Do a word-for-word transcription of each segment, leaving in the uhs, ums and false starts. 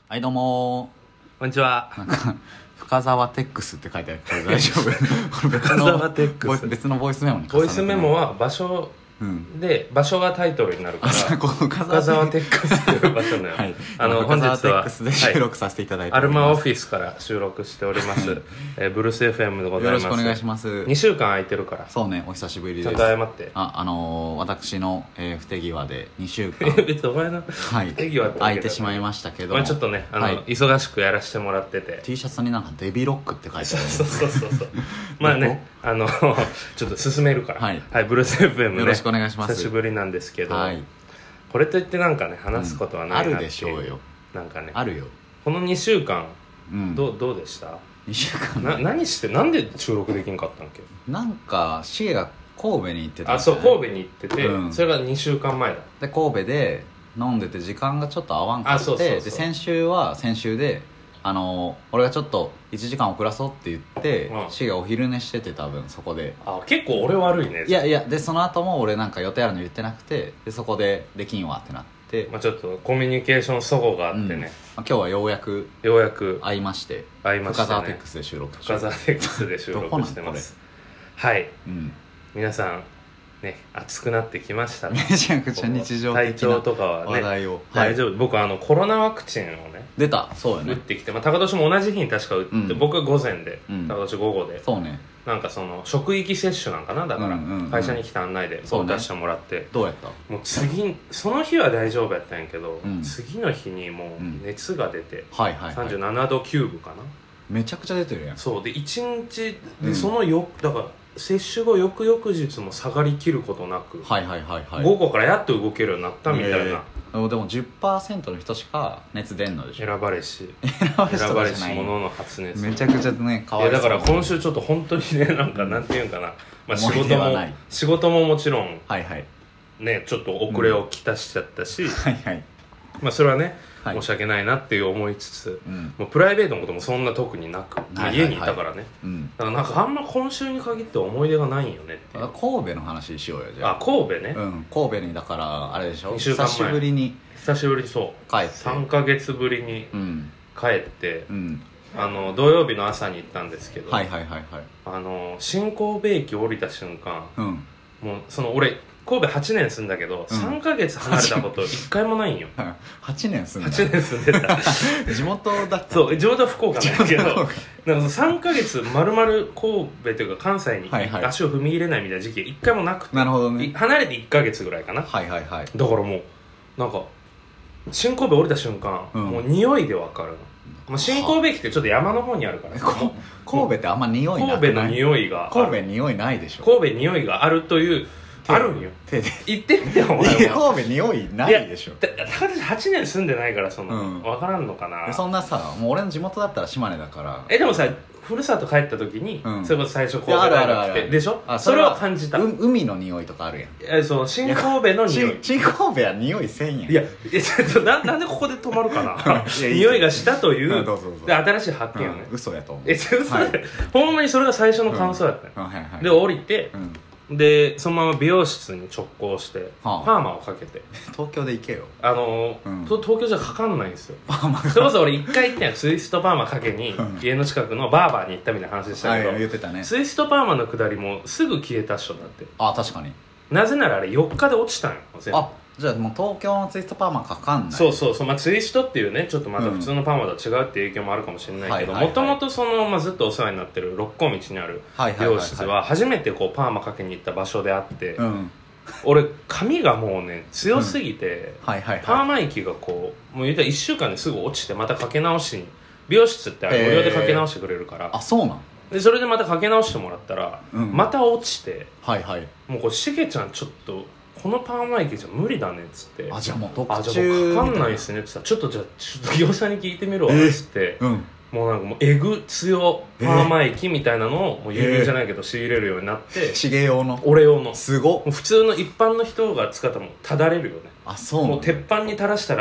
はいどうもこんにちは。 ー。なんか深沢テックスって書いてあるけど大丈夫？これ別深沢テックスの別のボイスメモにボイスメモは場所うんで、場所がタイトルになるかあら、 この深沢テックスっていう場所なの、 はい、 あの本日は深沢テックスで収録させていただいてアルおります、 マオフィスから収録しております、はいえー、ブルース エフエム でございます。 よろしくお願いします。 にしゅうかん空いてるからそうね、お久しぶりちゃんです。 と謝ってあ、あのー、私の、えー、不手際でにしゅうかん別にお前のはい不手際ってわ空けだいてしまいましたけどまあ、ちょっとねあの、 はい、 忙しくやらせてもらってて T シャツになんかデビロックって書いてあるそうそうそうそうまあねあのちょっと進めるからはい、 はい、ブルース エフエム ねよろしくお願いします。 久しぶりなんですけど、 はい、 これといってなんかね話すことはないなっていう、 うんあるでしょうよ。 なんかねあるよ。 このにしゅうかん、 うん、 どうどうでした？ にしゅうかんな何してなんで収録できんかったんけ？ なんかシゲが神戸に行ってたんあそう神戸に行ってて、 うんそれがにしゅうかんまえだ。 で神戸で飲んでて時間がちょっと合わんかってあそうそうそうで先週は先週であの俺がちょっといちじかん遅らそうって言ってうんシゲがお昼寝してて多分そこであ結構俺悪いね。 いやいやでその後も俺なんか予定あるの言ってなくてでそこでできんわってなって、 まあ、ちょっとコミュニケーション齟齬があってね、 うんまあ、今日はようやくようやく会いまして会いましたね。 深沢テックスで収録深沢テックスで収どこなん録してますはいうん皆さんね暑くなってきましためちゃくちゃ日常体調的なとかはね話題を、 大丈夫。僕あのコロナワクチンをね出たそうよね打ってきて、まあ、高年も同じ日に確か打って、 うん僕は午前で、 うん高年午後でそうねなんかその職域接種なんかなだから、 うんうんうん会社に来た案内でそうね出してもらって、 どうやったもう次その日は大丈夫やったんやけど、 うん次の日にもう熱が出て、 はいはい、はい、 さんじゅうななどきゅうぶかな。 めちゃくちゃ出てるやんそうでいちにちでうんそのよ、だから接種後翌々日も下がりきることなく、 はいはいはいはい午後からやっと動けるようになったみたいな、 えー、でも じゅっパーセント の人しか熱出んのでしょ選ばれし選ばれし選ばれしとかじゃない者の発熱。 めちゃくちゃねかいわいそうやだから今週ちょっと本当にねなんかなんていうんかな、まあ、仕思い事も出はない仕事ももちろんはいはいねちょっと遅れをきたしちゃったし、 はいはいまあそれはね、 はい申し訳ないなっていう思いつつ、 うんもうプライベートのこともそんな特になく、まあはいはいはい家にいたからね、 うんだからなんかあんま今週に限って思い出がないんよねっていう。 あ神戸の話しようよじゃああ神戸ね、 うん神戸にだからあれでしょにしゅうかんまえ久しぶりに久しぶりにそう帰ってさんかげつぶりにうん帰って、 うんあの土曜日の朝に行ったんですけど、 はいはいはいはいあの新神戸駅降りた瞬間うんもうその俺神戸はちねん住んだけど、 うんさんかげつ離れたこといっかいもないんよ。 はちねん住んだはちねん住んでた地元だったそう地元は福岡なんだけど地元は福岡なんかさんかげつまるまる神戸というか関西にはいはい足を踏み入れないみたいな時期いっかいもなくて、 なるほどいね離れていっかげつぐらいかな。 はいはいはいだからもうなんか新神戸降りた瞬間、 うんもう匂いでわかるの。まあ、新神戸駅ってちょっと山の方にあるからこ神戸ってあんま匂いなくない神戸の匂いがある神戸匂いないでしょ神戸匂いがあるというあるんよ。 手で行ってみておいや前も神戸匂いないでしょだ高田はちねん住んでないからその、 うん分からんのかな。 でそんなさもう俺の地元だったら島根だからえでもさふるさと帰った時に、 うんそれこそ最初神いやあ戸大るあるある学来てでしょあそれは感じた。 う海の匂いとかあるやんえその新神戸の匂い新新神戸は匂いせんやんいやえちょっとななんでここで止まるかないやいい匂いがしたという、 うんどうぞどうぞで新しい発見よね、 うん嘘やと思うえちょ嘘はいで、ほんまにそれが最初の感想だったよ、 うんはいはいで降りてうんでそのまま美容室に直行して、 はあパーマをかけて東京で行けよあのーうんと東京じゃかかんないんですよ。 パーマそれこそ俺一回行ったんやツイストパーマかけにうん家の近くのバーバーに行ったみたいな話でしたはいけど、 言ってたねツイストパーマの下りもすぐ消えたっしょだって。 あ確かになぜならあれよっかで落ちたんよ全部。 あじゃあもう東京のツイストパーマかかんないそうそうそう、まあ、ツイストっていうねちょっとまた普通のパーマとは違うっていう影響もあるかもしれないけどはいはいはいもともとその、まあ、ずっとお世話になってる六甲道にあるはいはいはいはい美容室は初めてこうパーマかけに行った場所であって、 うん俺髪がもうね強すぎて、 はいはいパーはいマ液がこうもう言ったらいっしゅうかんですぐ落ちてまたかけ直しに美容室ってあれ無料でかけ直してくれるから、 あそうなんでそれでまたかけ直してもらったら、 うんまた落ちてはいはいもうこれしげちゃんちょっとこのパーマ液じゃ無理だねっつってあじゃあもう特あじゃあ注もうかかんないっすねって言ったらちょっとじゃあちょっと業者に聞いてみるわっつって、 うんもうなんかもうエグ強パーマ液みたいなのをもう輸入じゃないけど仕入れるようになって、 しげ用の俺用のすごっもう普通の一般の人が使ったらもうただれるよね。 あそうなんもう鉄板に垂らしたら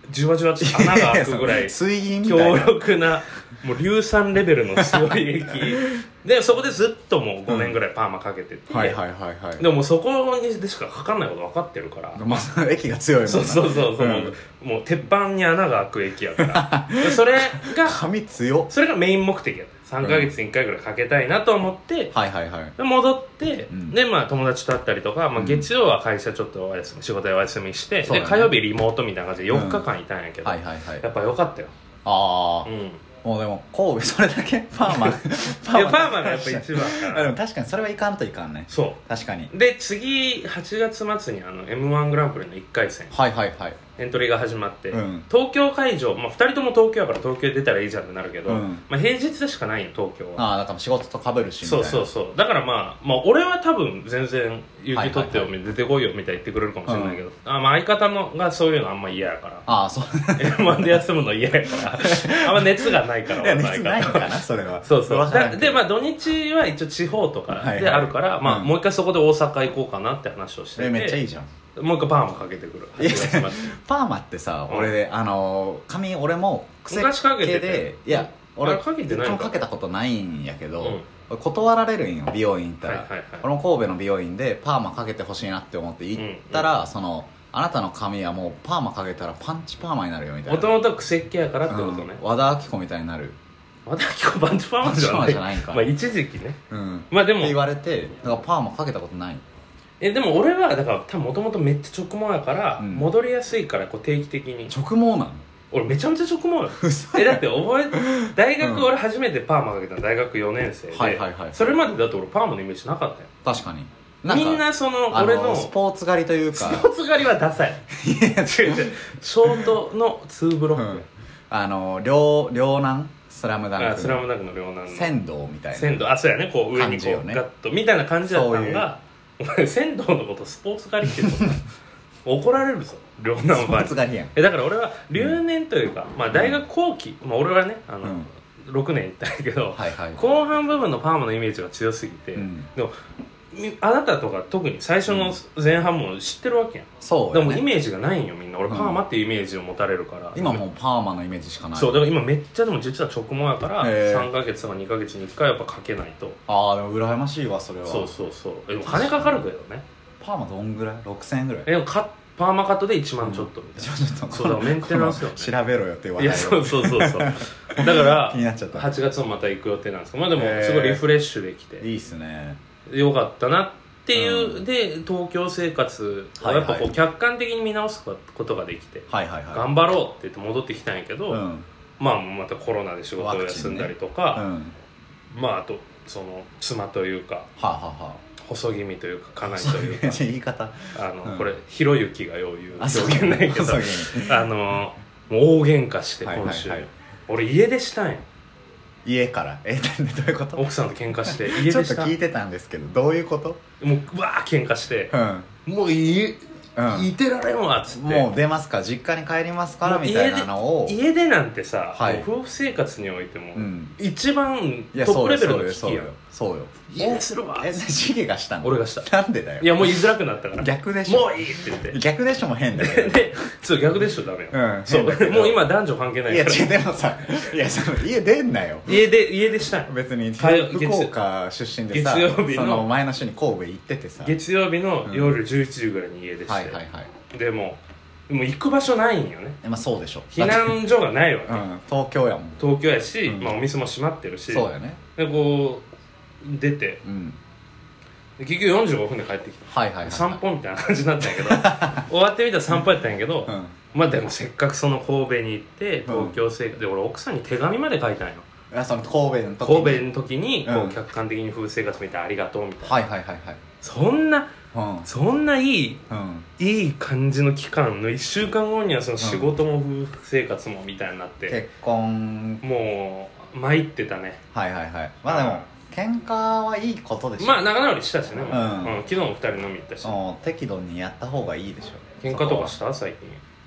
じわじわって穴が開くぐらい水銀みたいな強力なもう硫酸レベルの強い液でそこでずっともうごねんぐらいパーマかけてて、 うん、はいはいはいはいでももうそこにでしかかかんないこと分かってるから、 まあ、液が強いもんなそうそうそうそう、うん、もうもう鉄板に穴が開く液やからそれが髪強それがメイン目的やったさんかげつにいっかいぐらいかけたいなと思って、 うん、はいはいはいで戻って、 うん、 でまあ友達と会ったりとか、まあ、月曜は会社ちょっとお休み仕事でお休みして、 ね、 で火曜日リモートみたいな感じでよっかかんいたんやけど、 うん、はいはいはいやっぱよかったよああ、 うんもうでも神戸それだけパーマパーマパーマがやっぱ一番からでも確かにそれはいかんといかんねそう確かにで次はちがつ末にあの エムワン グランプリのいっかい戦はいはいはいエントリーが始まって、 うん、 東京会場、まあ、ふたりとも東京やから東京出たらいいじゃんってなるけど、 うんまあ、平日でしかないよ東京はああだから仕事と被るしみたいなそうそうそうだからまあ、まあ、俺は多分全然有給取ってよ、はいはいはい、出てこいよみたいに言ってくれるかもしれないけど、うん、あまあ相方のがそういうのあんま嫌やからああそうエムワン で休むの嫌やからあんま熱がないからいや熱ないかなそれはそうそうだでまあ土日は一応地方とかであるから、はいはい、まあ、うん、もう一回そこで大阪行こうかなって話をしててめっちゃいいじゃんもう一回パーマかけてくるいやパーマってさ、うん、俺あの髪俺も癖昔かけてでいや俺かけてないかけたことないんやけど、うん、断られるんよ美容院行ったら、はいはいはい、俺も神戸の美容院でパーマかけてほしいなって思って行ったら、うんうん、そのあなたの髪はもうパーマかけたらパンチパーマになるよみたいなもともと癖っ気やからってことね、 うん、和田アキ子みたいになる和田アキ子パンチパーマじゃないじゃないんかまあ一時期ね、 うん、 まあでもって言われてだからパーマかけたことないえでも俺はだから多分もともとめっちゃ直毛やから、うん、戻りやすいからこう定期的に直毛なの俺めちゃめちゃ直毛よえだって覚え大学俺初めてパーマかけたの大学よねん生で、はいはいはい、それまでだって俺パーマのイメージなかったよ確かにみんなその俺のスポーツ狩りというかスポーツ狩りはダサいいや違う違うショートのツーブロック、うん、 あの両両南スラムダンクあスラムダンクの両南の仙道みたいな仙道あそうやねこう上にこう、ね、ガッとみたいな感じだったのがお前仙道のことスポーツ狩りって言うと怒られるぞ両南はスポーツ狩りやんえだから俺は留年というか、うん、まあ大学後期、まあ、俺はねあの、うん、ろくねん行ったんやけど、はいはい、後半部分のパーマのイメージが強すぎて、うん、でもあなたとか特に最初の前半も知ってるわけやん、 そうやね、 でもイメージがないんよみんな俺パーマっていうイメージを持たれるから、 うん、今もうパーマのイメージしかないそうだから今めっちゃでも実は直毛やからさんかげつとかにかげつにいっかいやっぱかけないとああでも羨ましいわそれはそうそうそうでも金かかるけどねパーマどんぐらいろくせんえんぐらいえでもカパーマカットでいちまんちょっとみたいな、うん、いちまんちょっとそうだからメンテナンスよ、ね、 調べろよって言われるいやそうそうそうそうだから気になっちゃったはちがつもまた行く予定なんですけどまあでもすごいリフレッシュできていいっすねよかったなっていう、うん、で東京生活をやっぱこう客観的に見直すことができて、 はいはいはい、 頑張ろうって言って戻ってきたんやけど、うん、まあまたコロナで仕事を休んだりとか、ねうん、まああとその妻というか、はあはあ、細気味というか家内というか言い方あの、 うん、 これひろゆきがよう言う表現ないけどあのもう大喧嘩して今週、はいはいはい、俺家出したんや家からえどういうこと奥さんと喧嘩して家出したちょっと聞いてたんですけどどういうこともううわー喧嘩して、うん、もう家うん、いてられんわっつってもう出ますか実家に帰りますからみたいなのを家出なんてさ、はい、もう夫婦生活においても、うん、一番トップレベルの危機やんそうよ家出するわえシゲがしたの俺がしたなんでだよいやもう言いづらくなったから逆でしょもういいって言って逆でしょも変だよでそう逆でしょダメよ、うん、そうもう今男女関係ないからいやでもさいやその家出んなよ家出家出したい別に福岡出身でさ月曜日のその前の週に神戸行っててさ月曜日の夜じゅういちじぐらいに家出して、 はいはいはいでももう行く場所ないんよねまあそうでしょ避難所がないわけ、 うん、東京やもん東京やし、 うん、 まあ、お店も閉まってるしそうやねでこう出て、うん、で結局よんじゅうごふんで帰ってきた、 はいはいはいはい、 散歩みたいな感じになったんやけど終わってみたら散歩やったんやけど、うん、まあでもせっかくその神戸に行って東京生活、うん、で俺奥さんに手紙まで書いたんよその神戸の時に神戸の時にこう客観的に夫婦生活見てありがとうみたいな、 はいはいはいはいそんなうん、そんないい、 うん、 いい感じの期間のいっしゅうかんごにはその仕事も夫婦生活もみたいになって、 うん、結婚もう参ってたねはいはいはいまあでも喧嘩はいいことでしょまあ仲直りしたしね、 うんうん、昨日もふたり飲み行ったし適度にやった方がいいでしょ喧嘩とかした最近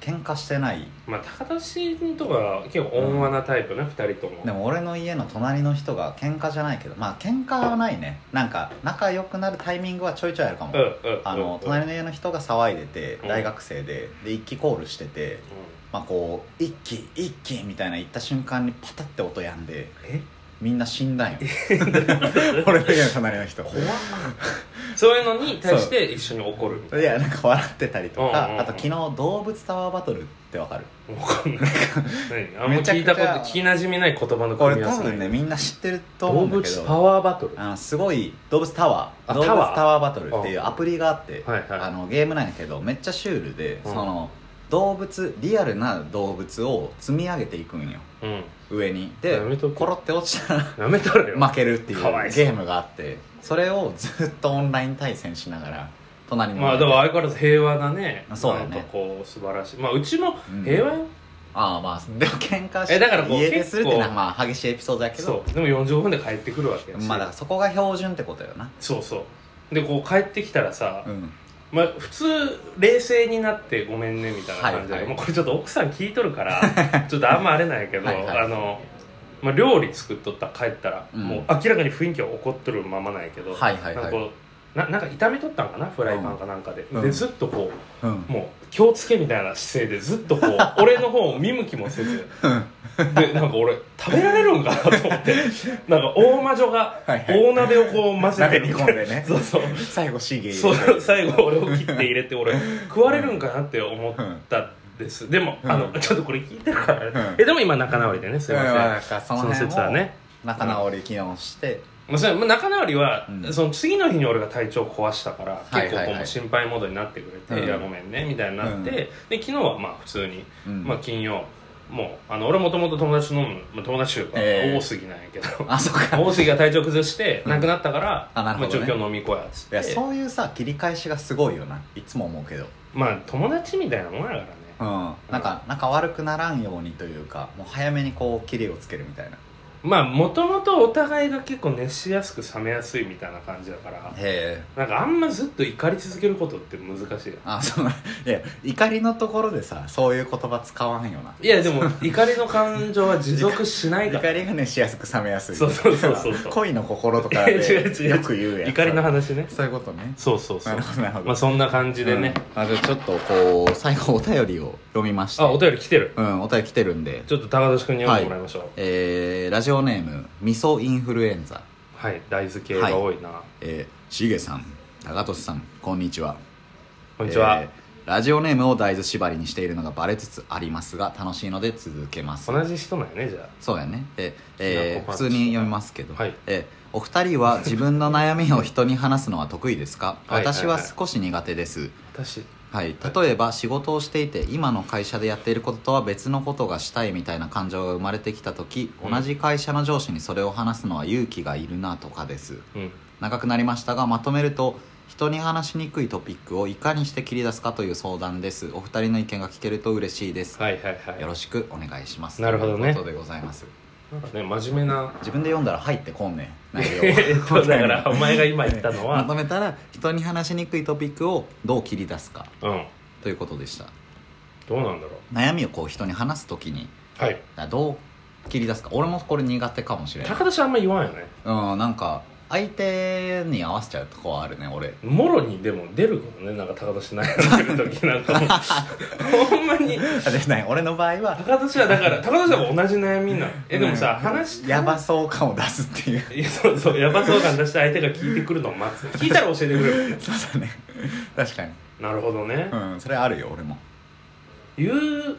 喧嘩してない。 まあ高田氏とか結構温和なタイプね、うん、ふたりとも。 でも俺の家の隣の人が喧嘩じゃないけど、まあ喧嘩はないね。なんか仲良くなるタイミングはちょいちょいあるかも、うんうん、あの隣の家の人が騒いでて、大学生でで一気コールしてて、うん、まあこう一気一気みたいな言った瞬間にパタって音やんで、えみんな死んだんよ俺の家の隣の人怖っそういうのに対して一緒に怒るみたいな。 いやなんか笑ってたりとか、うんうんうん、あと昨日動物タワーバトルってわかる？ わかんないあんま聞いたこと聞きなじみない言葉の組み合わせ。 俺多分ねみんな知ってると思うんだけど、 動物パワーバトル、 あのすごい動物タワー動物タワーバトルっていうアプリがあって、はいはい、あのゲームなんやけどめっちゃシュールで、うん、その動物リアルな動物を積み上げていくんよ、うん、上にでコロって落ちたら負けるっていうゲームがあって、それをずっとオンライン対戦しながら隣のまあだから相変わらず平和だね。 そうだね。 なんかこう素晴らしい。まあうちも平和よ、うん、 ああまあでも喧嘩して家でするっていうのはまあ激しいエピソードだけど、 そうでもよんじゅっぷんで帰ってくるわけやし、 まあだからそこが標準ってことよな。 そうそうでこう帰ってきたらさ、うんまあ、普通冷静になってごめんねみたいな感じで、はいはい、もうこれちょっと奥さん聞いとるからちょっとあんまあれないけどはい、はい、あの、まあ、料理作っとったら帰ったら、うん、もう明らかに雰囲気は怒っとるままないけど、はいはいはい、なんかこう な, なんか炒めとったんかなフライパンかなんかで、うん、でずっとこう、うん、もう気をつけみたいな姿勢でずっとこう俺の方を見向きもせずでなんか俺食べられるんかなと思ってなんか大魔女が大鍋をこう混ぜて煮込んでねそうそう最後シゲ入れてそう最後俺を切って入れて俺食われるんかなって思ったです、うん、でも、うん、あのちょっとこれ聞いてるから、うん、えでも今仲直りでねすいません、うん、 そ, その説はね仲直り機能して、 うん、それ仲直りは、うん、その次の日に俺が体調壊したから、うん、結構こうもう心配モードになってくれて、はいはいはい、いやごめんねみたいになって、うん、で昨日はまあ普通に、うん、まあ金曜もうあの俺もともと友達と飲む、まあ、友達というか、えー、大杉なんやけどあそうか大杉が体調崩して亡くなったから、 うん、あなるほどね、 まあ、今日飲み行こうやっつって。 いやそういうさ切り返しがすごいよないつも思うけど、 まあ友達みたいなもんやからね、 うん、なんか仲悪くならんようにというかもう早めにこう切りをつけるみたいな。 まあもともとお互いが結構熱しやすく冷めやすいみたいな感じだから、 へえなんかあんまずっと怒り続けることって難しいよ。 あそういや怒りのところでさそういう言葉使わんよな。 いやでも怒りの感情は持続しないから怒りが熱しやすく冷めやすい。 そうそうそうそうそう恋の心とかでよく言うやん。 怒りの話ね。 そういうことね。 そうそうそう。 なるほどなるほど。 まあそんな感じでね、 うん、あじゃあちょっとこう最後お便りを読みまして。 あお便り来てる。 うんお便り来てるんでちょっと高田君に読んでもらいましょう、はい、 えー、ラジオネーム味噌インフルエンザ。 はい大豆系が多いな、はい、 えー、しげさん高俊さんこんにちは。 こんにちは、 えー、ラジオネームを大豆縛りにしているのがバレつつありますが楽しいので続けます。 同じ人なんやねじゃあ。 そうやね。で、えー、普通に読みますけど、はい、えー、お二人は自分の悩みを人に話すのは得意ですか？私は少し苦手です。 私はい、例えば仕事をしていて今の会社でやっていることとは別のことがしたいみたいな感情が生まれてきた時、うん、同じ会社の上司にそれを話すのは勇気がいるなとかです、うん、長くなりましたがまとめると人に話しにくいトピックをいかにして切り出すかという相談です。お二人の意見が聞けると嬉しいです、 はいはいはい、よろしくお願いします。 なるほどねということでございます。 なんかね真面目な自分で読んだら入ってこんねん内容だからお前が今言ったのはまとめたら人に話しにくいトピックをどう切り出すか、 うんということでした。 どうなんだろう悩みをこう人に話すときに、 はい、 どう切り出すか。俺もこれ苦手かもしれない。 高田氏あんま言わんよね。 うんなんか相手に合わせちゃうとこはあるね俺。 もろにでも出るけどねなんか高田氏悩んでる時なんかもほんまに俺の場合は高田氏はだから高田氏は同じ悩みなの。えでもさ、うん、話やばそう感を出すっていういやそうそうやばそう感出して相手が聞いてくるのを待つ。聞いたら教えてくれる、ね、 そうだね確かに。 なるほどね。 うんそれあるよ俺も。 言う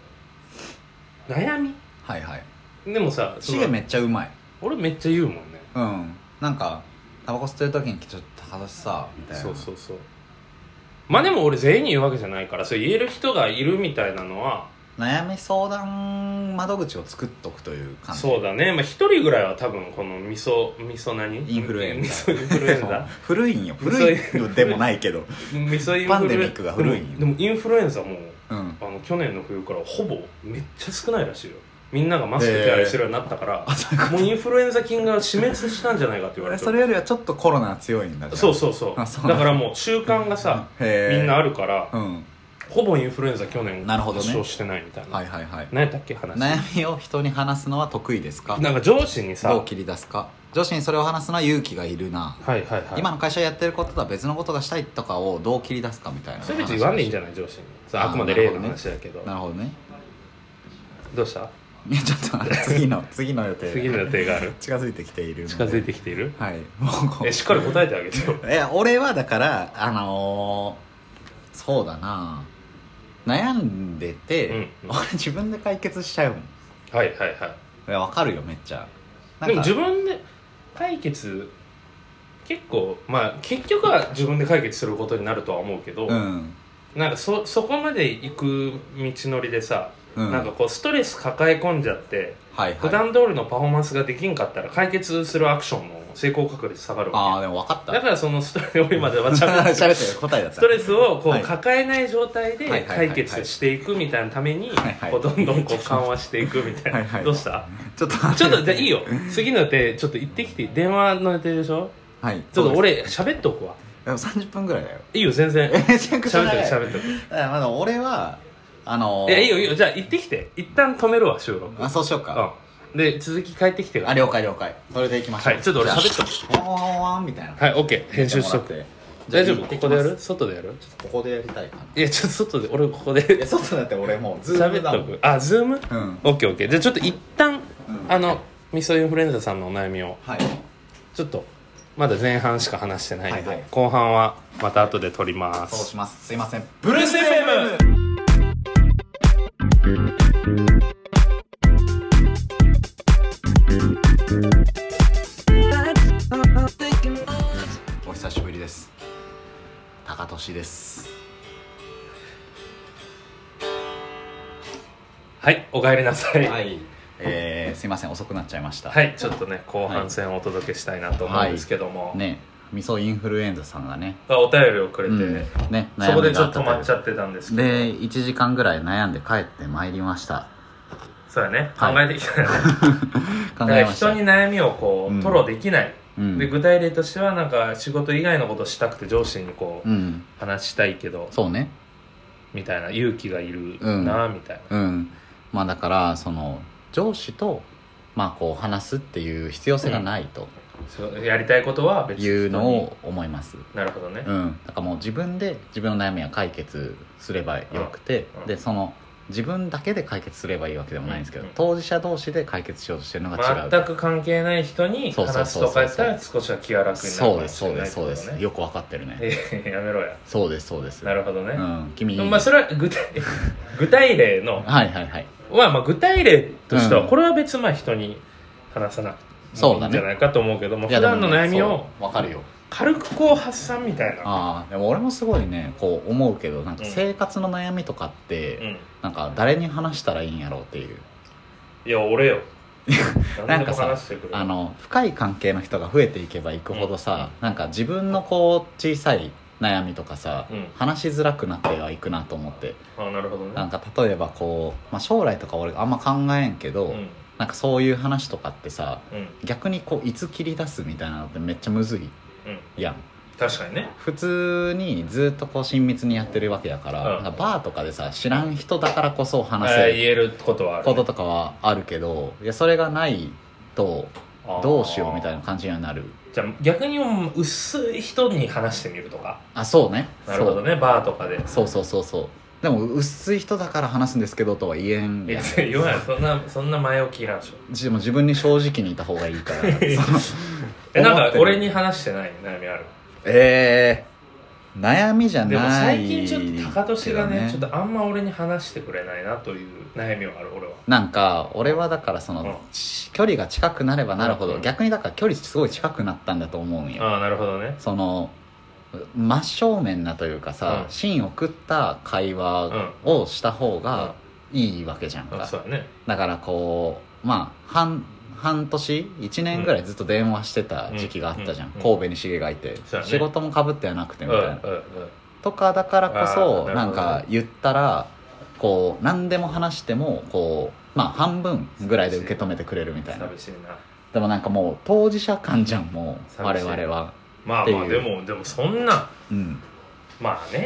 悩みはいはい。 でもさシゲめっちゃうまい。 俺めっちゃ言うもんね。 うんなんかタバコ吸ってる時にちょっと高田さみたいな。 そうそうそう。まあでも俺全員に言うわけじゃないからそれ言える人がいるみたいなのは悩み相談窓口を作っとくという感じ。 そうだね。まあ一人ぐらいは多分この味噌味噌何インフルエンザインフルエンザ古いんよ。古いのでもないけど味噌インフルパンデミックが古いんよ。 でもインフルエンザも、 うん、 あの去年の冬からほぼめっちゃ少ないらしいよ。みんながマスク手洗いしてるようになったから、えー、もうインフルエンザ菌が死滅したんじゃないかって言われてる。 それよりはちょっとコロナ強いんだ。 そうそうそう。だからもう習慣がさみんなあるから、 うん、 ほぼインフルエンザ去年なるほどね発症してないみたいな。 はいはいはい。 何やったっけ話。 悩みを人に話すのは得意ですか？ なんか上司にさどう切り出すか。上司にそれを話すのは勇気がいるな、 はいはいはい、 今の会社やってることとは別のことがしたいとかをどう切り出すかみたいな。 それ別に言わんでいいんじゃない上司に。あくまで例の話だけど。 なるほどね。 どうした？ いやちょっと次の次の予定次の予定がある。 近づいてきているので。 近づいてきている。 はい。 もうえしっかり答えてあげてよ。 いや俺はだからあのー、そうだな悩んでて、うんうん、俺自分で解決しちゃうもん。 はいはいはい。 いや分かるよめっちゃ。 でも自分で解決結構まあ結局は自分で解決することになるとは思うけど、うん、なんか そ, そこまで行く道のりでさ、うん、なんかこうストレス抱え込んじゃって、はいはい、普段通りのパフォーマンスができんかったら解決するアクションの成功確率下がるわけ。 ああでも分かった。 だからそのストレスを今ではしゃべってる答えだった。 ストレスをこう抱えない状態で解決していくみたいなためにこうどんどんこう緩和していくみたいな。はいはい、どうした？ ちょっとちょっとじゃあいいよ。次の予定ちょっと行ってきて。電話の予定でしょ。はい。ちょっと俺喋っとくわ。 でもさんじゅっぷんぐらいだよ。 いいよ全然。 めちゃくちゃ喋っとく喋っとく。 まだ俺はあのー、 いやいいよいいよ。じゃあ行ってきて。一旦止めるわ収録。 あそうしようか。 うん。で続き帰ってきてから。 あ了解了解。それでいきましょう。 はいちょっと俺喋っとく。 ワンワンワンみたいな。 はいオッケー編集しとく。大丈夫？ここでやる？外でやる？ ちょっとここでやりたいかな。 いやちょっと外で俺ここで。 いや外だって俺もうズームだもん。 喋っとく。あズーム？ うん。 オッケーオッケー。じゃあちょっと一旦、うん、あのミソインフルエンザさんのお悩みを、はい、ちょっとまだ前半しか話してないので、はいはい、後半はまた後で撮ります。 そうします。すいません。 ブルース エフエム。 お久しぶりです。高俊です。 はいお帰りなさい。 はい、えー、すいません遅くなっちゃいました。 はいちょっとね後半戦をお届けしたいなと思うんですけども、 はいはい、ねミソインフルエンザさんがねお便りをくれて、うんね、 そこでちょっと止まっちゃってたんですけどでいちじかんぐらい悩んで帰ってまいりました。 そうやね、はい、考えてきたよね考えました。人に悩みをこう、うん、吐露できない、うん、で具体例としてはなんか仕事以外のことをしたくて上司にこう、うん、話したいけどそうねみたいな勇気がいるな、うん、みたいな、 うん、まあだからその上司とまあこう話すっていう必要性がないと、 うん、やりたいことは別にいうのを思います。 なるほどね、 うん、だからもう自分で自分の悩みは解決すればよくて、うんうん、でその自分だけで解決すればいいわけでもないんですけど、うんうん、当事者同士で解決しようとしてるのが違う。 全く関係ない人に話すとかやったら少しは気が楽になるかもしれない、ね、 そうですそうですそうです。よく分かってるねやめろや。 そうですそうです。 なるほどね、 うん、君まあそれは具体具体例のはいはいはいは、まあ、具体例としては、うん、これは別にまあ人に話さなくてもいいんじゃないかと思うけども、普段の悩みを分かるよ軽くこう発散みたいな。 ああでも俺もすごいねこう思うけどなんか生活の悩みとかって、うん、なんか誰に話したらいいんやろうっていう。 いや俺よなんかさあの深い関係の人が増えていけばいくほどさ、うん、なんか自分のこう小さい悩みとかさ、うん、話しづらくなってはいくなと思って。 あなるほどね。 なんか例えばこう、まあ、将来とか俺あんま考えんけど、うん、なんかそういう話とかってさ、うん、逆にこういつ切り出すみたいなのってめっちゃむずいやん、うん、 確かにね。 普通にずっとこう親密にやってるわけやから、うん、なんかバーとかでさ知らん人だからこそ話せる、 言えることはある、 こととかはあるけど、いやそれがないとどうしようみたいな感じになる。 じゃあ逆に薄い人に話してみるとか。 あそうね。 なるほどね。バーとかでそうそうそうそう。でも薄い人だから話すんですけどとは言えん。 いや言わない。そんなそんな前置きいらんでしょ。 でも自分に正直にいた方がいいからえなんか俺に話してない悩みある？ えー、悩みじゃない。 でも最近ちょっと高俊がねちょっとあんま俺に話してくれないなという悩みはある。俺はなんか俺はだからその、うん、距離が近くなればなるほど、うん、逆にだから距離すごい近くなったんだと思うんよ。 ああなるほどね。 その真正面なというかさ、うん、芯を食った会話をした方がいいわけじゃんか、 うんうん、そうだね。 だからこうまあ半半年いちねんぐらいずっと電話してた時期があったじゃん、うんうん、神戸にしげがいて、ね、仕事もかぶってはなくてみたいな、うんうんうん、とかだからこそなんか言ったらこう何でも話してもこうまあ半分ぐらいで受け止めてくれるみたいな。 寂しいな。 でもなんかもう当事者感じゃんもう我々は。 まあまあでもでもそんな、うん、まあね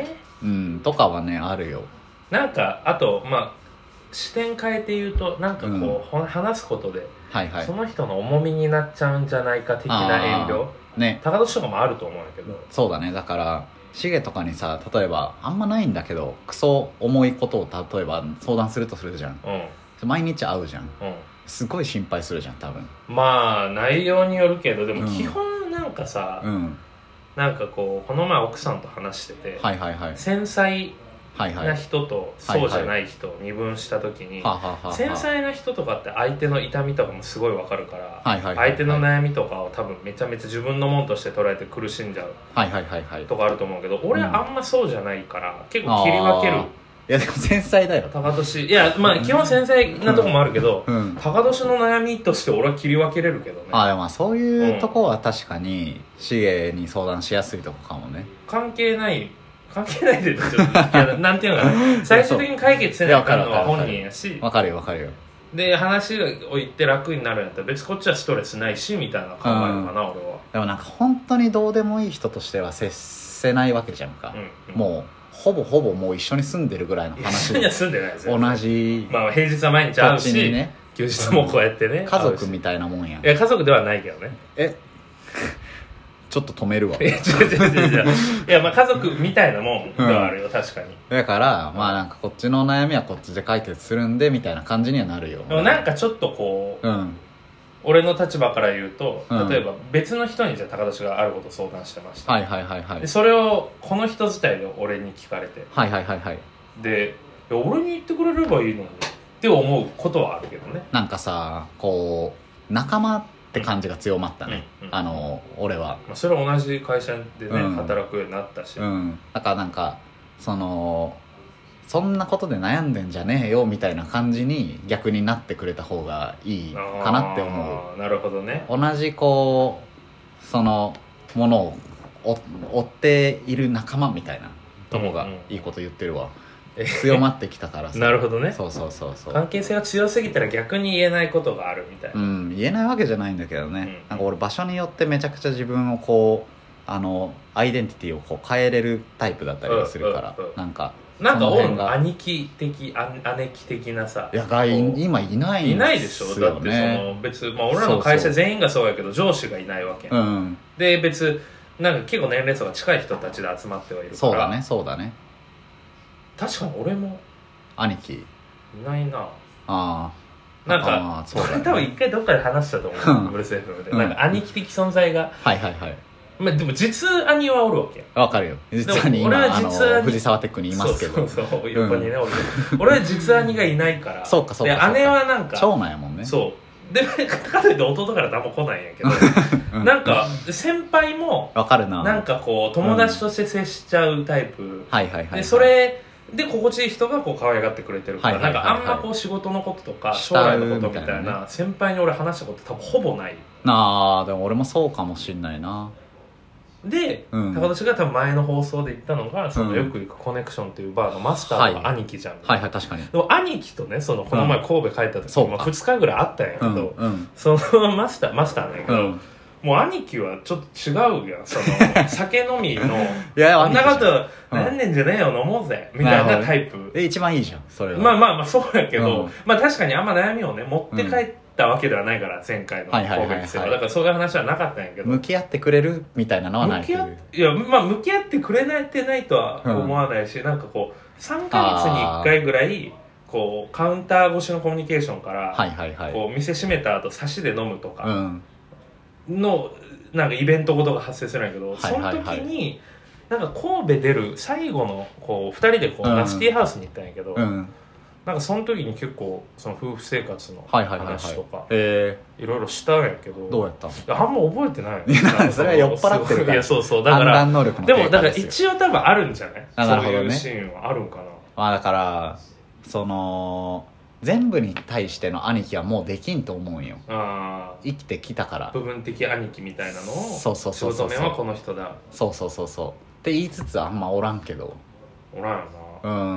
うんとかはねあるよ。 なんかあとまあ視点変えて言うとなんかこう、うん、話すことで、はいはい、その人の重みになっちゃうんじゃないか的な遠慮ね、高年とかもあると思うんだけど。 そうだね。だからシゲとかにさ、例えばあんまないんだけどクソ重いことを例えば相談するとするじゃん、うん、毎日会うじゃん、うん、すごい心配するじゃん多分。 まあ内容によるけどでも基本なんかさ、うん、なんかこうこの前奥さんと話してて、はいはいはい、繊細な人とそうじゃない人を二分した時に、繊細な人とかって相手の痛みとかもすごい分かるから、相手の悩みとかを多分めちゃめちゃ自分のもんとして捉えて苦しんじゃうとかあると思うけど、俺はあんまそうじゃないから結構切り分ける。 いやでも繊細だよ高年。いやまあ基本繊細なとこもあるけど、うん、高年の悩みとして俺は切り分けれるけどね。 ああまあそういうとこは確かにシゲに相談しやすいとこかもね。 関係ない関係ないでちょっといやなんていうのかな最終的に解決せないかんのは本人やし、 わかるよわかるよ。 で話を言って楽になるんやったら別にこっちはストレスないしみたいな考えるかな、うん、俺は。 でもなんか本当にどうでもいい人としては接せないわけじゃんか、うんうん、もうほぼほぼもう一緒に住んでるぐらいの話。 一緒には住んでないですよ。 同じまあ平日は毎日会うし、ね、休日もこうやってね、うん、 家族みたいなもんやん。 いや家族ではないけどね。 えちょっと止めるわ。 いや違う違う違ういやまあ家族みたいなもんではあるよ、うん、確かに。 だからまあなんかこっちの悩みはこっちで解決するんでみたいな感じにはなるよ。 でもなんかちょっとこう、うん、俺の立場から言うと、例えば別の人にじゃあ高年があることを相談してました、 はいはいはいはい、 でそれをこの人自体で俺に聞かれて、 はいはいはいはい、 で俺に言ってくれればいいのにって思うことはあるけどね。 なんかさこう仲間って感じが強まったね、うんうんうん、あの俺は、 まあ、それは同じ会社でね、うん、働くようになったし、 うん、だからなんかそのそんなことで悩んでんじゃねえよみたいな感じに逆になってくれた方がいいかなって思う。なるほどね。 同じこうそのものを追っている仲間みたいなとこがいいこと言ってるわ、うんうん、強まってきたからさなるほどね。 そうそうそうそう。 関係性が強すぎたら逆に言えないことがあるみたいな。 うん言えないわけじゃないんだけどね、うんうん、なんか俺場所によってめちゃくちゃ自分をこうあのアイデンティティをこう変えれるタイプだったりはするから、うんうんうん、なんかなんかおんの兄貴的姉貴的なさ。 いやが今いないんですよね。 いないでしょ。だってその別、まあ、俺らの会社全員がそうやけど上司がいないわけやん、うん、で別なんか結構年齢層が近い人たちで集まってはいるから。 そうだねそうだね。 確かに俺も兄貴いないなあ。 なんかそ、ね、多分一回どっかで話したと思うブルース エフエム で、うん、なんか兄貴的存在が、 はいはいはい、 まあ、でも実兄はおるわけわかるよ。実兄今俺は実兄藤沢テックにいますけど。 そうそうそう横にね、うん、俺俺は実兄がいないからそうかそうか。 で姉はなんか長男やもんね。 そうでかといって弟から何も来ないんやけど、うん、なんか先輩もわかるな。 なんかこう友達として接しちゃうタイプ、うん、 はいはいはい、はい、 でそれで心地いい人がこう可愛がってくれてるから、なんかあんまこう仕事のこととか将来のことみたいな先輩に俺話したこと多分ほぼないなあ。でも俺もそうかもしんないな。 で、うん、高年が多分前の放送で言ったのがそのよく行くコネクションっていうバーのマスターの兄貴じゃん、 はい、はいはい確かに。 でも兄貴とねそのこの前神戸帰った時、うんまあ、ふつかぐらいあったんやけど、うんうん、そのマスターマスターなんやけど、うんもう兄貴はちょっと違うやんその酒飲みのいやこんなこと何年じゃねえよ飲もうぜみたいなタイプ。 え一番いいじゃんそれは。 まあまあまあそうやけど、うん、まあ確かにあんま悩みをね持って帰ったわけではないから、うん、前回の神戸ですよ。だからそういう話はなかったんやけど向き合ってくれるみたいなのはない。 向き合いやまあ向き合ってくれないってないとは思わないし、うん、なんかこうさんかげつにいっかいぐらいこうカウンター越しのコミュニケーションから、はいはいはい、こう店閉めた後差しで飲むとかの、うんなんかイベントごとが発生するんやけど、はいはいはい、その時になんか神戸出る最後のこうふたりでこう、うん、ナチティーハウスに行ったんやけど、うん、なんかその時に結構その夫婦生活の話とかいろいろしたんやけど、 どうやったのあんま覚えてないいやそれは酔っ払ってるから。いやそうそうだから判断能力の低下ですよ。でもだから一応多分あるんじゃない。なるほどね。そういうシーンはあるんかな。 まあだからその全部に対しての兄貴はもうできんと思うんよ。あ生きてきたから部分的兄貴みたいなのをそうそうそうそう仕事面はこの人だそうそうそうそうって言いつつあんまおらんけどおらんよな。うん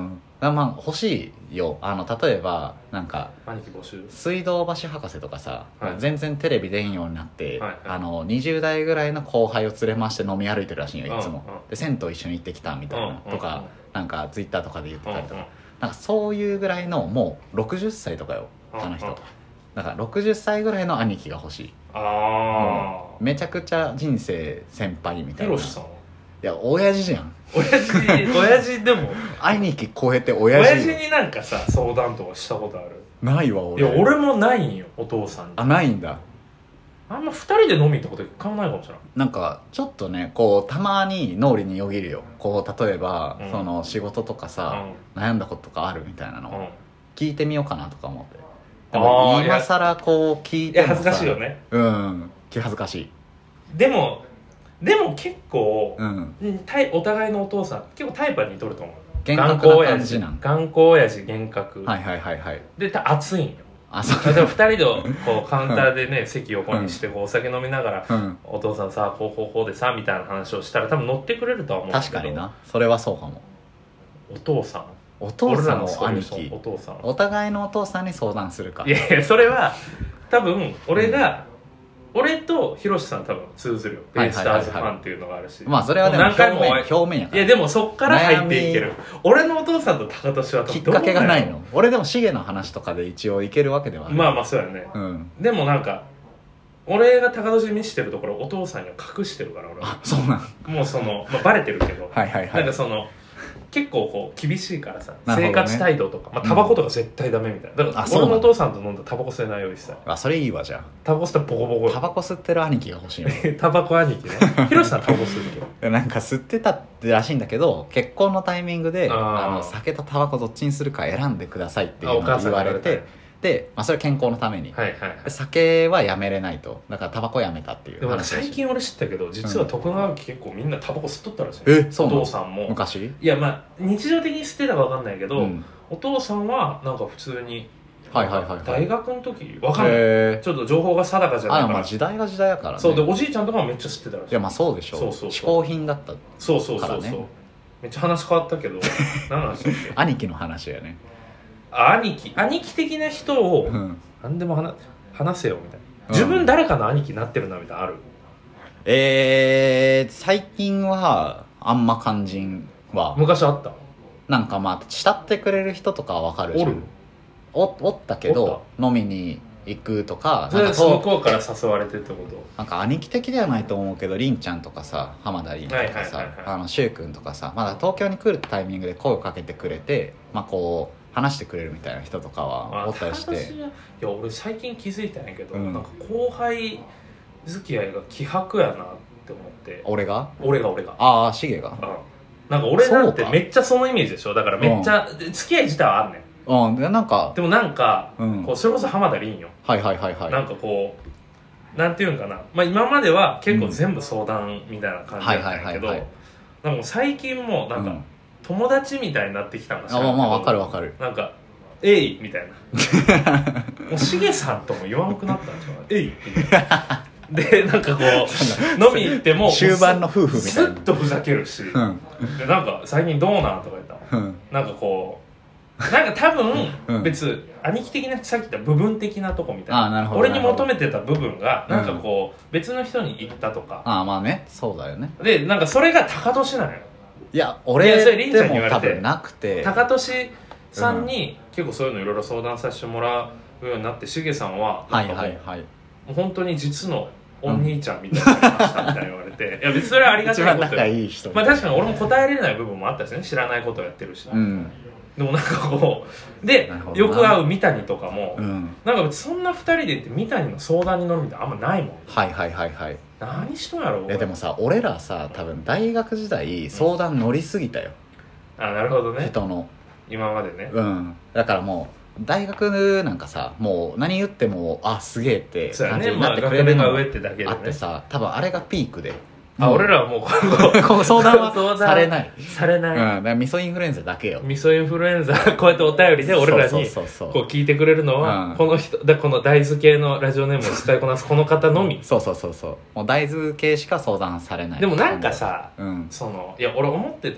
まあ欲しいよ。あの例えばなんか兄貴募集水道橋博士とかさ、 はい、 全然テレビ出んようになって、はいはい、あのにじゅう代ぐらいの後輩を連れ回して飲み歩いてるらしいよいつも、うんうん、で銭湯一緒に行ってきたみたいな、うん、とか、うん、なんかツイッターとかで言ってたりとか、うんうん、なんかそういうぐらいのもうろくじゅっさいとかよあの人、うんうん、だからろくじゅっさいぐらいの兄貴が欲しい。ああめちゃくちゃ人生先輩みたいな。 ヒロシさんはいや親父じゃん。 親父親父でも兄貴超えて親父。 親父になんかさ相談とかしたことある？ ないわ俺。 いや俺もないんよお父さんに。 あないんだ。 あんまふたりで飲みってこと一回もないかもしれない。 なんかちょっとねこうたまに脳裏によぎるよ。こう例えば、うん、その仕事とかさ、うん、悩んだこととかあるみたいなの、うん、聞いてみようかなとか思って。でも今更こう聞いてもさ恥ずかしいよね。 うん気恥ずかしい。 でもでも結構、うん、お互いのお父さん結構タイプに似とると思う。 頑固な感じなん。 頑固親父厳格。 はいはいはいはい。 で熱いんよ。 あそうでもふたりでこうカウンターでね、うん、席横にしてこうお酒飲みながら、うん、お父さんさこうこうこうでさみたいな話をしたら多分乗ってくれるとは思うけど。 確かになそれはそうかも。 お父さんお父さんの兄貴お父さんお互いのお父さんに相談するか。 いやいやそれは多分俺が、うん、俺とヒロシさん多分通ずるよ。ベイスターズファンっていうのがあるし、 まあそれはでも何回も表面やから。 いやでもそっから入っていける。俺のお父さんと高俊は多分きっかけがないの。俺でもシゲの話とかで一応いけるわけではある。 まあまあそうやね、うん、でもなんか俺が高俊見してるところお父さんには隠してるから俺は。 あそうなんもうその、まあ、バレてるけどはいはいはい。 なんかその結構こう厳しいからさ、ね、生活態度とか、まあ、タバコとか絶対ダメみたいな。だから俺のお父さんと飲んだらタバコ吸えないよ一切。 あそれいいわ。じゃあタバコ吸ったらボコボコ。 タバコ吸ってる兄貴が欲しいねタバコ兄貴ね。ヒロシさんタバコ吸うけどなんか吸ってたってらしいんだけど結婚のタイミングであの酒とタバコどっちにするか選んでくださいっていうのを言われてで、まあ、それは健康のために、はいはいはい、酒はやめれないと。だからタバコやめたっていう話。 でも最近俺知ったけど実は徳川家結構みんなタバコ吸っとったらしい。 えそうなの？ お父さんも昔。 いやまあ日常的に吸ってたか分かんないけど、うん、お父さんはなんか普通にはいはいはいはい、大学の時分かんないちょっと情報が定かじゃないから。 あまあ時代が時代やからね。 そうでおじいちゃんとかもめっちゃ吸ってたらしい。 いやまあそうでしょう。そうそうそう嗜好品だったからね。 そうそうそうそうめっちゃ話変わったけど何の話だっけ兄貴の話やね。 兄貴兄貴的な人を、うん、何でも 話, 話せよみたいな。自分誰かの兄貴になってるなみたいなある？ えー、最近はあんま肝心は。 昔あった？ なんかまあ慕ってくれる人とかは分かるじゃん。おる？お, おったけど飲みに行くとか。 それは向こうから誘われてってこと？ なんか兄貴的ではないと思うけどりんちゃんとかさ浜田りんとかさしゅうくんとかさまだ東京に来るタイミングで声をかけてくれてまあこう話してくれるみたいな人とかはおったりして。 いや俺最近気づいたんやけど、うん、なんか後輩付き合いが希薄やなって思って。俺が俺が俺がああシゲが、うん、 なんか俺なんてめっちゃそのイメージでしょ。だからめっちゃ、うん、付き合い自体はあんねん。 うん、でなんかでもなんか、うん、こうそれこそ浜田凛よ。 はいはいはいはい。 なんかこうなんていうんかな、まあ、今までは結構全部相談みたいな感じだったんやけど、なんか最近もなんか、うん友達みたいになってきたんですよ。 あまあわかるわかる。 なんか「えい」みたいなもうしげさんとも言わんくなったんじゃない「えい」みたいなでなんかこう飲み行っても終盤の夫婦みたいなずっとふざけるし、うん、でなんか最近どうなんとか言ったの、うん、なんかこうなんか多分、うん、別兄貴的なさっき言った部分的なとこみたいな、 な俺に求めてた部分がなんかこう、うん、別の人に言ったとか。 ああまあねそうだよね。 でなんかそれが高俊なのよ。 いや俺でも多分なくて高俊さんに結構そういうのいろいろ相談させてもらうようになって、しげさんはなんかもう、はいはいはい、もう本当に実のお兄ちゃんみたいになりましたみたいに言われて、うん、いや別にそれはありがたいことよ。 いい人まあ確かに俺も答えれない部分もあったしね、知らないことをやってるし、うん、でもなんかこうでよく会う三谷とかも、うん、なんか別にそんなふたりで行って三谷の相談に乗るみたいなあんまないもん。 はいはいはいはい。 何しとんやろ。 いやでもさ俺らさ多分大学時代相談乗りすぎたよ、 うん、あなるほどね。 人の今までね。 うんだからもう大学なんかさもう何言ってもあすげえって感じになってくれるのがあってさ、多分あれがピークであ俺らはもう今後相談はされないされない、 うん、だから味噌インフルエンザだけよ。 味噌インフルエンザこうやってお便りで俺らにこう聞いてくれるのは、うん、この人だこの大豆系のラジオネームを使いこなすこの方のみそうそうそうそうもう大豆系しか相談されない。 でもなんかさ、うん、そのいや俺思ってたんよ、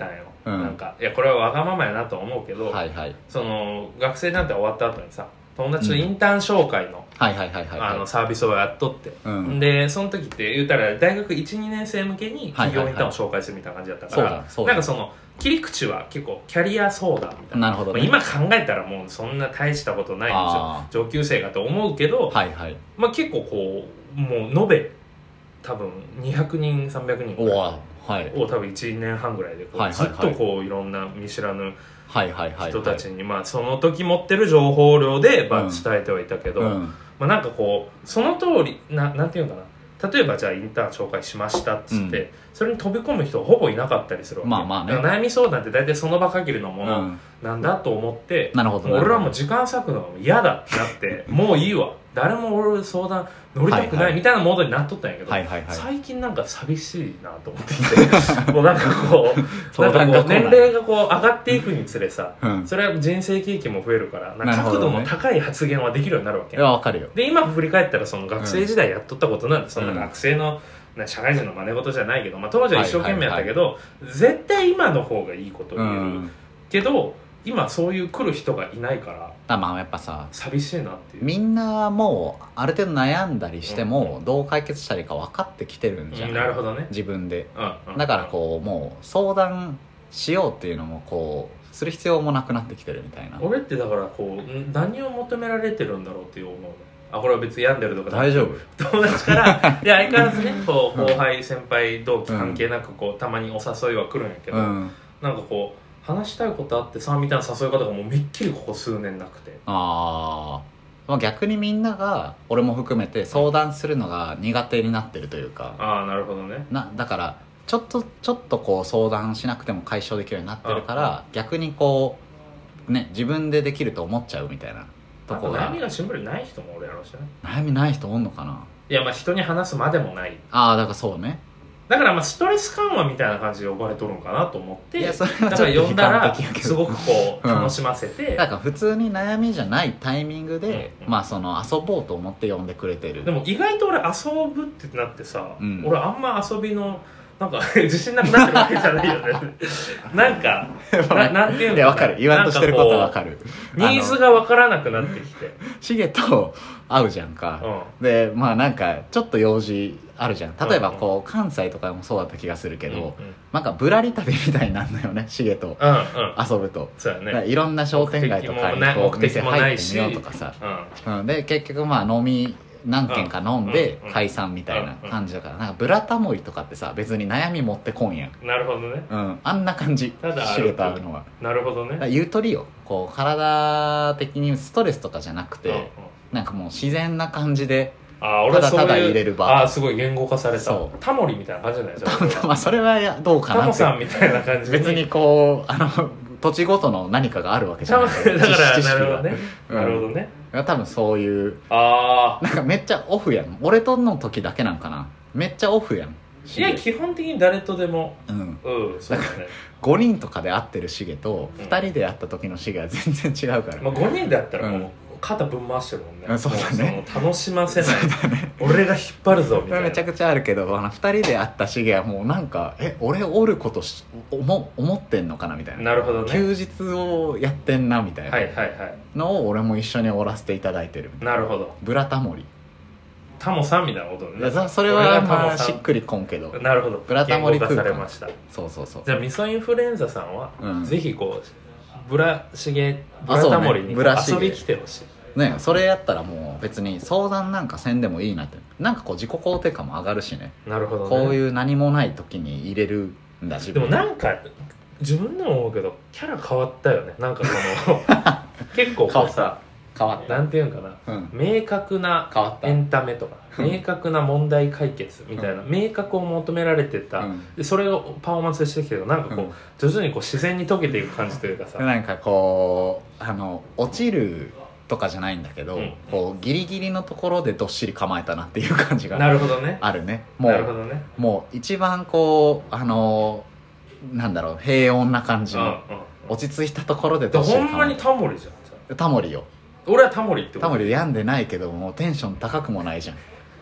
うん、なんかいやこれはわがままやなと思うけど、はいはい、その学生なんて終わった後にさ友達とインターン紹介のサービスをやっとって、うん、でその時って言うたら大学 いちにねん生向けに企業インターンを紹介するみたいな感じだったから、はいはいはい、なんかその切り口は結構キャリア相談みたいな、なるほどね、まあ、今考えたらもうそんな大したことないんですよ上級生がと思うけど、はいはい、まあ、結構こうもう延べ多分にひゃくにんさんびゃくにんぐらいはい、を多分いちねんはんぐらいでこう、はいはいはい、ずっとこういろんな見知らぬ人たちに、まあ、その時持ってる情報量で、まあ、伝えてはいたけど、うんまあ、なんかこうその通り な, なんていうのかな、例えばじゃあインターン紹介しましたっつって、うん、それに飛び込む人はほぼいなかったりするわけ、まあまあね、悩み相談って大体その場限りのものなんだと思って、うん、なるほど俺はもう時間割くのが嫌だってなってもういいわ誰も俺相談乗りたくないみたいなモードになっとったんやけど、はいはいはい、最近なんか寂しいなと思ってきてもうなんかこうなんかこう年齢がこう上がっていくにつれさ、うん、それは人生経験も増えるからなんか角度の高い発言はできるようになるわけ、 いやわかるよ。 で今振り返ったらその学生時代やっとったことなんて、うん、そんな学生の社会人の真似事じゃないけど、まあ、当時は一生懸命やったけど、はいはいはい、絶対今の方がいいことを言える、うん、けど今そういう来る人がいないからあ、まあやっぱさ寂しいなっていう。 みんなもうある程度悩んだりしても、うん、どう解決したらいいか分かってきてるんじゃない、うん、 なるほどね、 自分で、 うんうん、 だからこうもう相談しようっていうのもこうする必要もなくなってきてるみたいな。 俺ってだからこう何を求められてるんだろうっていう思うの。あ、これは別に病んでるとか大丈夫友達からいや相変わらずねこう後輩先輩同期関係なくこうたまにお誘いは来るんやけど、うん、なんかこう話したいことあってさみたいな誘い方がもうめっきりここ数年なくて、 ああ逆にみんなが俺も含めて相談するのが苦手になってるというか、 ああなるほどね、 なだからちょっとちょっとこう相談しなくても解消できるようになってるから、逆にこうね自分でできると思っちゃうみたいなとこが。 悩みがシンプルにない人も俺やろうしね。 悩みない人おんのかな。 いやまあ人に話すまでもない。 ああだからそうね、 だからまあストレス緩和みたいな感じで呼ばれとるんかなと思って、いやそれはちょっと呼んだらすごくこう楽しませて、うん、 だから普通に悩みじゃないタイミングで、うんうん、まあその遊ぼうと思って呼んでくれてる。 でも意外と俺遊ぶってなってさ、うん、俺あんま遊びのなんか自信なくなってるわけじゃないよねなんか な, なんていうのかな、いや分かる、言わんとしてることは分かる。ニーズが分からなくなってきてシゲと会うじゃんか、うん、でまあなんかちょっと用事あるじゃん。例えばこう関西とかもそうだった気がするけど、うんうん、なんかぶらり旅みたいになるのよね、シゲと遊ぶと、うんうん、 そうやね、 いろんな商店街とかにこう店入ってみようとかさ、うんうん、で結局まあ飲み何軒か飲んで解散みたいな感じだから、なんかブラタモリとかってさ別に悩み持ってこんやん。 なるほどね、 うん、あんな感じ。 ただシゲと会うのはなるほどね、 ゆとりよ、こう体的にストレスとかじゃなくて、うんうん、なんかもう自然な感じであ俺ただただ入れる場。あすごい言語化された。タモリみたいな感じじゃないですか。 まあそれはどうかなって。 タモさんみたいな感じ。 別にこうあの土地ごとの何かがあるわけじゃないから。だからなるほどね。なるほどね。 多分そういう。 ああ。 なんかめっちゃオフやん。俺との時だけなんかな。めっちゃオフやん。 いや基本的に誰とでも。うん。うん。そうだね。 ごにんとかで会ってるシゲとふたりで会った時のシゲは全然違うから。 まあごにんで会ったらもう。肩ぶん回してるもんね。 うん、そうだね。 その楽しませない。ね、俺が引っ張るぞみたいな。 めちゃくちゃあるけど、あのふたりで会ったシゲはもうなんかえ俺おることし思思ってんのかなみたいな。 なるほどね。 休日をやってんなみたいな。 はいはいはい。 のを俺も一緒におらせていただいてる。 なるほど。 ブラタモリ。 タモさんみたいなことね。 それはまあしっくりこんけど。 なるほど。 ブラタモリ空間されました。 そうそうそう。 じゃあミソインフルエンザさんは、うん、ぜひこう。ブラシゲブラタモリに遊び来てほしいね。それやったらもう別に相談なんかせんでもいいなって、なんかこう自己肯定感も上がるしね。 なるほどね。 こういう何もない時に入れるんだ自分。 でもなんか自分でも思うけどキャラ変わったよね。なんかその結構こうさ変わったなんていうんかな、うん、明確なエンタメとか明確な問題解決みたいな、うん、明確を求められてた、うん、でそれをパフォーマンスしてきてるけどなんかこう、うん、徐々にこう自然に溶けていく感じというかさ、 なんかこうあの落ちるとかじゃないんだけど、うん、こうギリギリのところでどっしり構えたなっていう感じがなるほどねあるね。もうなるほどね。 もう一番こうあのなんだろう平穏な感じの、うんうん、落ち着いたところでどっしり構えた。ほんまにタモリじゃん。 タモリよ。 俺はタモリってこと。 タモリ病んでないけどもうテンション高くもないじゃん。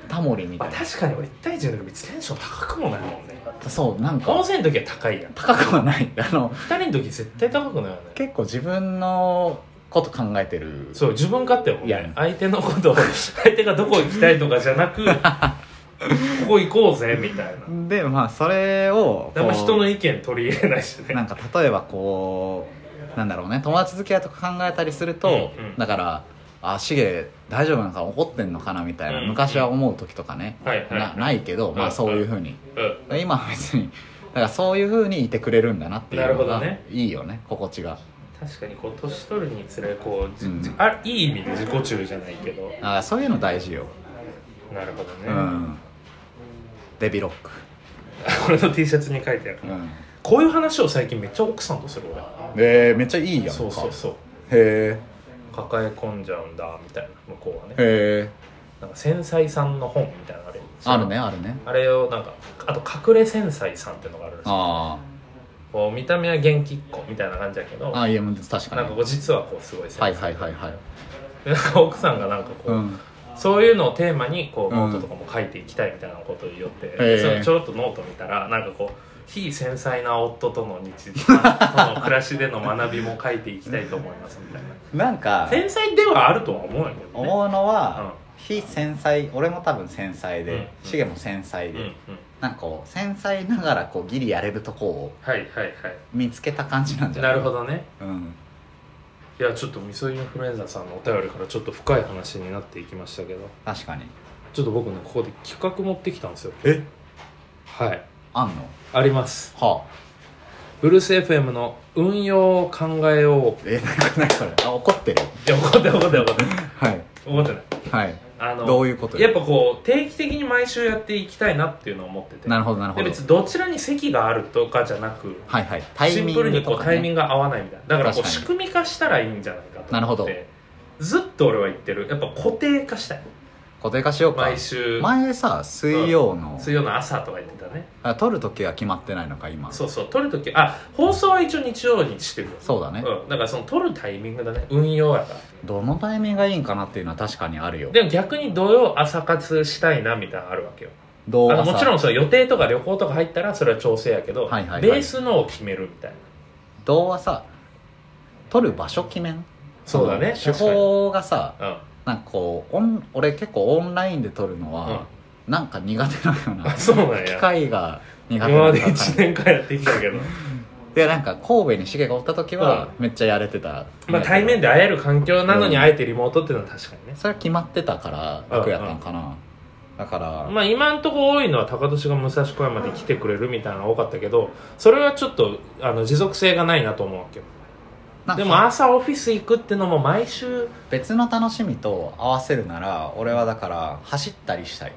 タモリみたいな、 まあ、確かに俺いち対いちの時別にテンション高くもないもんね。 そうなんか温泉の時は高いやん。 高くはないあのふたりの時絶対高くないよね。 結構自分のこと考えてる。 そう自分勝手よ、ね、相手のことを相手がどこ行きたいとかじゃなくここ行こうぜみたいな。 でまあそれをあんま人の意見取り入れないしね。 なんか例えばこうなんだろうね、友達付き合いとか考えたりすると、うんうん、だからあシゲ大丈夫なんか怒ってんのかなみたいな、うんうん、昔は思う時とかね、はいはいはい、な, ないけど、まあそういう風に、うん、今は別にだからそういう風にいてくれるんだなっていうのがいいよね、心地が。 確かにこう年取るにつれこう、うん、あいい意味で自己中じゃないけど、 あそういうの大事よ。 なるほどね、 うん、デビロック俺の T シャツに書いてある、うん、こういう話を最近めっちゃ奥さんとする俺。えー、めっちゃいいやんか。 そうそうそう。 へえ。 抱え込んじゃうんだみたいな向こうはね。 へえ。 なんか繊細さんの本みたいなのあれあるねあるね。 あれをなんかあと隠れ繊細さんっていうのがあるらしい。ああ。こう見た目は元気っ子みたいな感じだけど、 あいや確かになんかこう実はこうすごい繊細。 はいはいはいはい。 でなんか奥さんがなんかこう、うん、そういうのをテーマにこうノートとかも書いていきたいみたいなことを言って、うん、それちょろっとノート見たらなんかこう非繊細な夫との日常との暮らしでの学びも書いていきたいと思いますみたいな。 なんか繊細ではあるとは思うんやけどね。 思うのは、うん、非繊細、俺も多分繊細で、うんうん、シゲも繊細で、うんうん、なんかこう繊細ながらこうギリやれるとこを見つけた感じなんじゃない？ なるほどね、 うん、 いやちょっと味噌インフルエンザさんのお便りからちょっと深い話になっていきましたけど、 確かにちょっと僕ねここで企画持ってきたんですよ。 えはいあんの？ あります。 はあ、 ブルース エフエム の運用を考えよう。 え何これ？あ怒ってる？ いや怒ってる怒ってる怒ってるはい怒ってない。 はい、 あのどういうこと？ やっぱこう定期的に毎週やっていきたいなっていうのを思ってて。 なるほどなるほど。 で別にどちらに席があるとかじゃなく、 はいはい、タイミングとかね、 シンプルにこうタイミングが合わないみたいな。だからこう仕組み化したらいいんじゃないかと思って。 なるほど。 ずっと俺は言ってる。やっぱ固定化したい。 固定化しようか。 毎週前さ水曜の、 うん、水曜の朝とか言ってたね。 あ撮るときは決まってないのか今。 そうそう撮るときあ放送は一応日曜にしてる。 そうだね、 うん、だからその撮るタイミングだね。運用やからどのタイミングがいいんかなっていうのは確かにあるよ。 でも逆に土曜朝活したいなみたいなのあるわけよ。どうあのもちろんそれ予定とか旅行とか入ったらそれは調整やけど、はいはいはい、ベースのを決めるみたいな。 どうはさ撮る場所決めん。 そうだね。 手法がさ、うん、なんかこうオン俺結構オンラインで撮るのは、うん、なんか苦手なような。 そうなんや。 機械が苦手な。 今までいちねんかんやってきたけどでなんか神戸にシゲがおった時はめっちゃやれてた、 うん、まあ対面で会える環境なのにあえてリモートっていうのは確かにね、 それは決まってたから楽やったんかな、うんうん、だからまあ今んとこ多いのは高年が武蔵小山で来てくれるみたいなのが多かったけど、それはちょっとあの持続性がないなと思うわけよ。でも朝オフィス行くってのも毎週別の楽しみと合わせるなら俺はだから走ったりしたい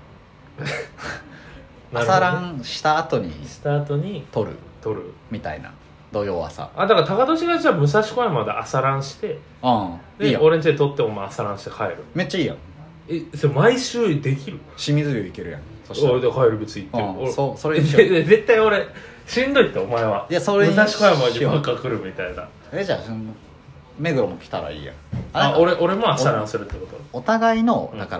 朝ランした後にした後に撮る撮るみたいな土曜朝。 あだから高年がじゃあ武蔵小山で朝ランして、 うん、 でいい俺ん家で撮ってお前朝ランして帰る。 めっちゃいいやん。 えそれ毎週できる？ 清水湯行けるやん。 そしたら俺で帰る別に行ってる、 うん、そうそれ絶対俺しんどいってお前は。 いやそれ武蔵小山にばっか来るみたいな。 えじゃあ目黒も来たらいいやん。 あ俺俺も朝ランするってこと？ お互いのだから、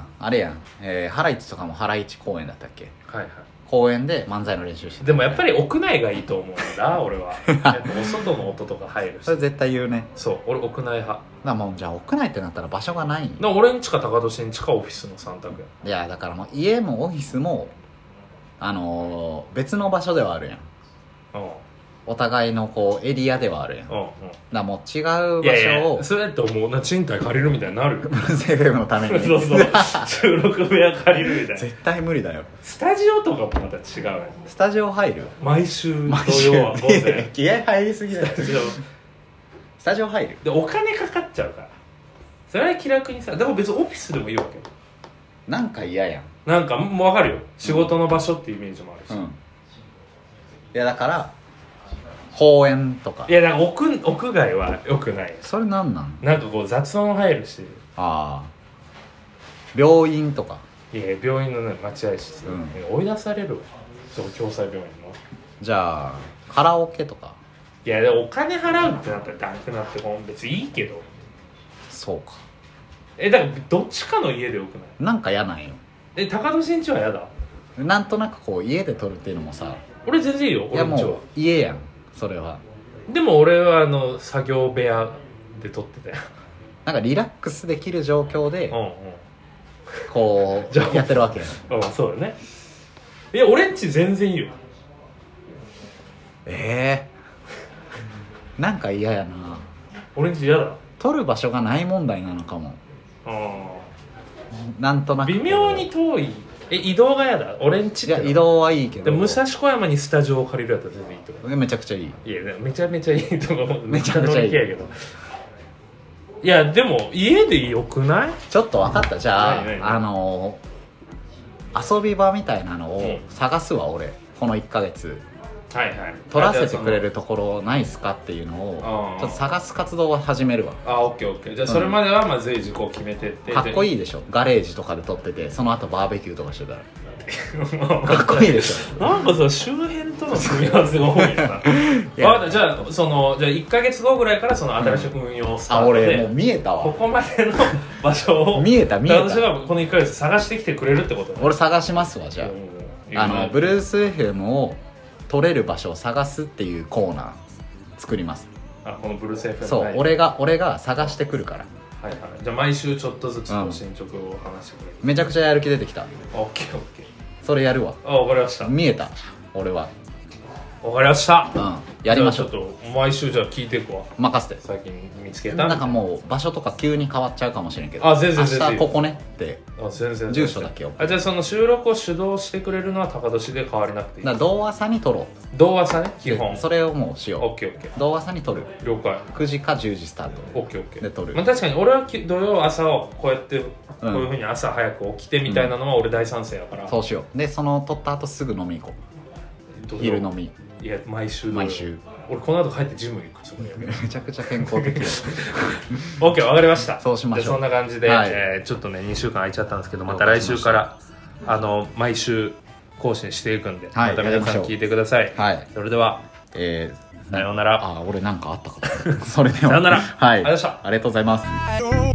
うん、あれやん、えー、ハライチとかもハライチ公園だったっけ。 はいはい。 公園で漫才の練習して。 でもやっぱり屋内がいいと思うんだ俺は。やっぱお外の音とか入るし。 それ絶対言うね。 そう俺屋内派だもうじゃあ屋内ってなったら場所がないんだ。俺んちか高年んちかオフィスのさん択や。 いやだからもう家もオフィスもあのー、別の場所ではあるやん。うんお互いのこうエリアではあるやん、うんうん、だもう違う場所を。いやいやそれやったらもう賃貸借りるみたいになるよセーフのためにそうそう収録部屋借りるみたいな。 絶対無理だよ。 スタジオとかもまた違うやん。 スタジオ入る毎週土曜は午前気合入りすぎだよ。スタジオスタジオ入るでお金かかっちゃうからそれは気楽にさ。でも別にオフィスでもいいわけよ。 なんか嫌やん。 なんかもう分かるよ仕事の場所っていうイメージもあるし、うん、いやだから公園とか。 いやだから 屋, 屋外はよくない。 それなんなんなんかこう雑音入るし。 ああ病院とか。 いや病院の、ね、待合室、うん、追い出されるわそこ共済病院の。 じゃあカラオケとか。 いやでもお金払うってなったらダンクなって別にいいけど。 そうか。 えだからどっちかの家でよくない？ なんか嫌なんよえ高年んちはやだ。 なんとなくこう家で撮るっていうのもさ、 俺全然いいよ。 いやもう家やんそれは。 でも俺はあの作業部屋で撮ってたよ。 なんかリラックスできる状況で、 うんうん、 こうやってるわけやん。うん、そうだね。いや俺んち全然いいよ。 ええー、なんか嫌やな。 俺んち嫌だ。 撮る場所がない問題なのかも。 あなんとなく微妙に遠い。え移動が嫌だ。俺んちって。 いや移動はいいけど、 武蔵小山にスタジオを借りるやったら全然いいと思う。 めちゃくちゃいい。 いやめちゃめちゃいいと思う。 めちゃくちゃいいやけど。いやでも家でよくない？ ちょっと分かった。じゃああのー、遊び場みたいなのを探すわ、うん、俺このいっかげつ。 はいはい、 撮らせてくれるところないっすかっていうのをちょっと探す活動を始めるわ。 あオッケーオッケー。じゃあそれまではまあ随時こう決めてって、 かっこいいでしょ。ガレージとかで撮っててその後バーベキューとかしてたらかっこいいでしょ。 なんかさ周辺との組み合わせが多いよな。あじゃあそのじゃあいっかげつごぐらいからその新しく運用スタートで、うん、あ俺もう見えたわ。ここまでの場所を見えた見えた。 私がこのいっかげつ探してきてくれるってこと、ね、 俺探しますわ。じゃああのブルース エフエム を撮れる場所を探すっていうコーナー作ります。 あこのブルース エフエムそう俺が俺が探してくるから。 はいはい。じゃあ毎週ちょっとずつの進捗を話してくれる、 うん、めちゃくちゃやる気出てきた。 オッケーオッケー。 それやるわ。 あ分かりました。 見えた俺は。 分かりました。 うんやりましょう。 ちょっと毎週じゃあ聞いていくわ。 任せて。 最近見つけたなんかもう場所とか急に変わっちゃうかもしれんけど、 あ全然全然明日ここねってあ全然住所だけを。 あじゃあその収録を主導してくれるのは高年で変わりなくていい。 だから同朝に撮ろう。 同朝ね基本。 それをもうしよう。 オッケーオッケー。 同朝に撮る。 了解。 くじかじゅうじスタート。 オッケーオッケーで撮る。 まあ確かに俺は土曜朝をこうやってこういうふうに朝早く起きてみたいなのは俺大賛成やから、うん、 そうしよう。でその撮った後すぐ飲み行こう。昼飲み。 いや毎週毎週。 俺この後帰ってジム行くつもりやけどめちゃくちゃ健康的やオッケー分かりました。 そうしましょう。 そんな感じで、 はいえー、ちょっとねにしゅうかん空いちゃったんですけどまた来週からあの毎週更新していくんで、はい、また皆さん聞いてください。はい、それでは、えー、さようなら。 あ俺なんかあったかとそれではさようなら。 はい、 ありがとうございました。 ありがとうございます。